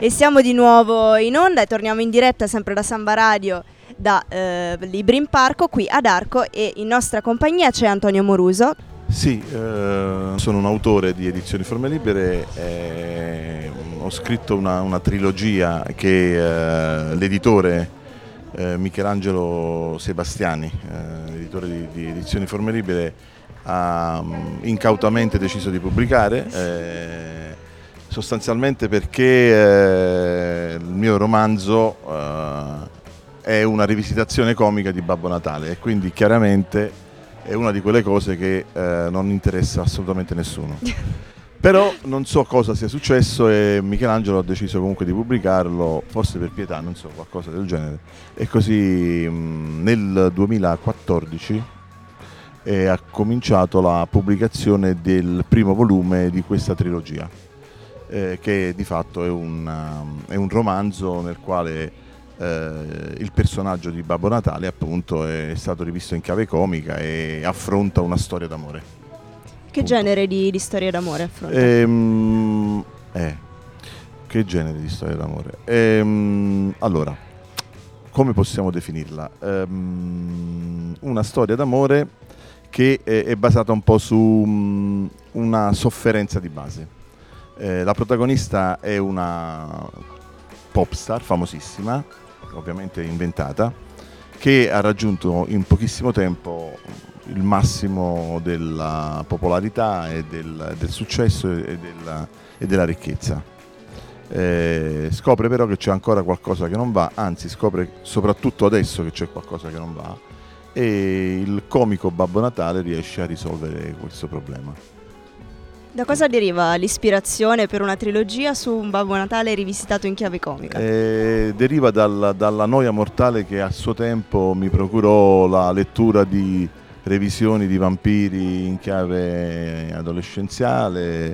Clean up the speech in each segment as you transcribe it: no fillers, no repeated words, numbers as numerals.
E siamo di nuovo in onda e torniamo in diretta sempre da Samba Radio, da Libri in Parco, qui ad Arco, e in nostra compagnia c'è Antonio Moruso. Sì, sono un autore di Edizioni Forme Libere, ho scritto una trilogia che l'editore Michelangelo Sebastiani, editore di Edizioni Forme Libere, ha incautamente deciso di pubblicare. Sostanzialmente perché il mio romanzo è una rivisitazione comica di Babbo Natale e quindi chiaramente è una di quelle cose che non interessa assolutamente nessuno. Però non so cosa sia successo e Michelangelo ha deciso comunque di pubblicarlo, forse per pietà, non so, qualcosa del genere. E così nel 2014 ha cominciato la pubblicazione del primo volume di questa trilogia. Che di fatto è un romanzo nel quale il personaggio di Babbo Natale appunto è stato rivisto in chiave comica e affronta una storia d'amore. Che genere di storia d'amore affronta? Che genere di storia d'amore? Allora, come possiamo definirla? Una storia d'amore che è basata un po' su una sofferenza di base. La protagonista è una pop star famosissima, ovviamente inventata, che ha raggiunto in pochissimo tempo il massimo della popolarità e del successo e della ricchezza. Scopre però che c'è ancora qualcosa che non va, anzi scopre soprattutto adesso che c'è qualcosa che non va, e il comico Babbo Natale riesce a risolvere questo problema. Da cosa deriva l'ispirazione per una trilogia su un Babbo Natale rivisitato in chiave comica? Deriva dalla noia mortale che a suo tempo mi procurò la lettura di revisioni di vampiri in chiave adolescenziale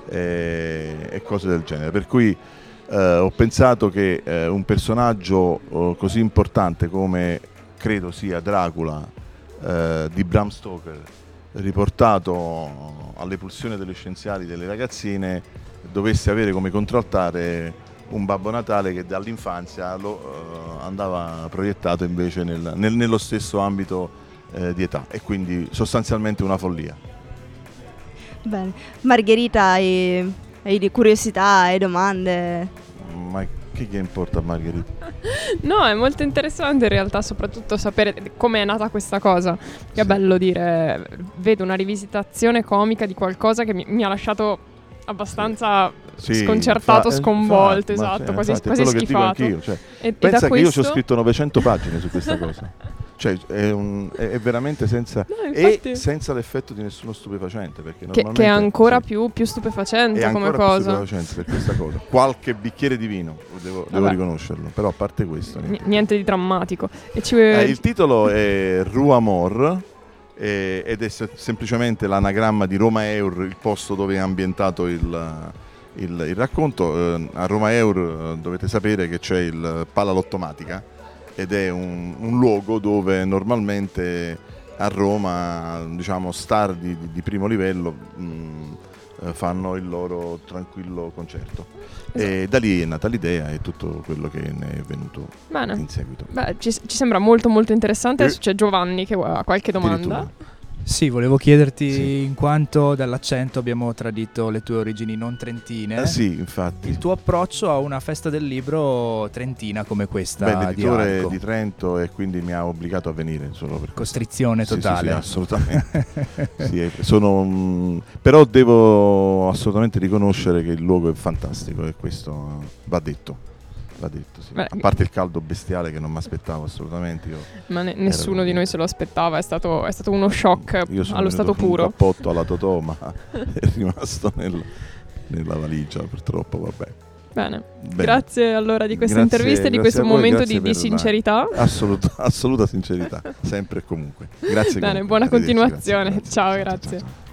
e cose del genere. Per cui ho pensato che un personaggio così importante come credo sia Dracula di Bram Stoker, riportato alle pulsioni adolescenziali delle ragazzine, dovesse avere come contraltare un Babbo Natale che dall'infanzia lo andava proiettato invece nello stesso ambito di età, e quindi sostanzialmente una follia. Bene. Margherita, hai curiosità, hai domande? Ma che importa a Margherita? No, è molto interessante in realtà, soprattutto sapere come è nata questa cosa. Che è bello dire, vedo una rivisitazione comica di qualcosa che mi ha lasciato abbastanza sconcertato, sconvolto, esatto, quasi schifato. Che dico anch'io, pensa che io ci ho scritto 900 pagine su questa cosa. Cioè è veramente senza l'effetto di nessuno stupefacente, perché che è ancora più stupefacente è come ancora cosa. Più stupefacente per questa cosa. Qualche bicchiere di vino, devo riconoscerlo, però a parte questo niente di drammatico. Il titolo è Rue Amor ed è semplicemente l'anagramma di Roma Eur, il posto dove è ambientato il racconto. A Roma Eur dovete sapere che c'è il Palalottomatica ed è un luogo dove normalmente a Roma, diciamo, star di primo livello fanno il loro tranquillo concerto. Esatto. E da lì è nata l'idea e tutto quello che ne è venuto in seguito. Beh, ci sembra molto molto interessante. C'è Giovanni che ha qualche domanda. Sì, volevo chiederti, in quanto dall'accento abbiamo tradito le tue origini non trentine. Sì, infatti. Il tuo approccio a una festa del libro trentina come questa. Beh, l'editore è di Trento e quindi mi ha obbligato a venire solo per costrizione totale. Sì, assolutamente. Però devo assolutamente riconoscere che il luogo è fantastico e questo va detto. Sì. A parte il caldo bestiale che non mi aspettavo assolutamente. Ma nessuno di noi se lo aspettava, è stato uno shock allo stato puro. Un cappotto alla Totò, ma è rimasto nella valigia purtroppo, vabbè. Bene. Grazie allora di questa intervista e di questo momento di sincerità. Assoluta sincerità, sempre e comunque. Grazie. Bene, buona continuazione. Ciao, grazie.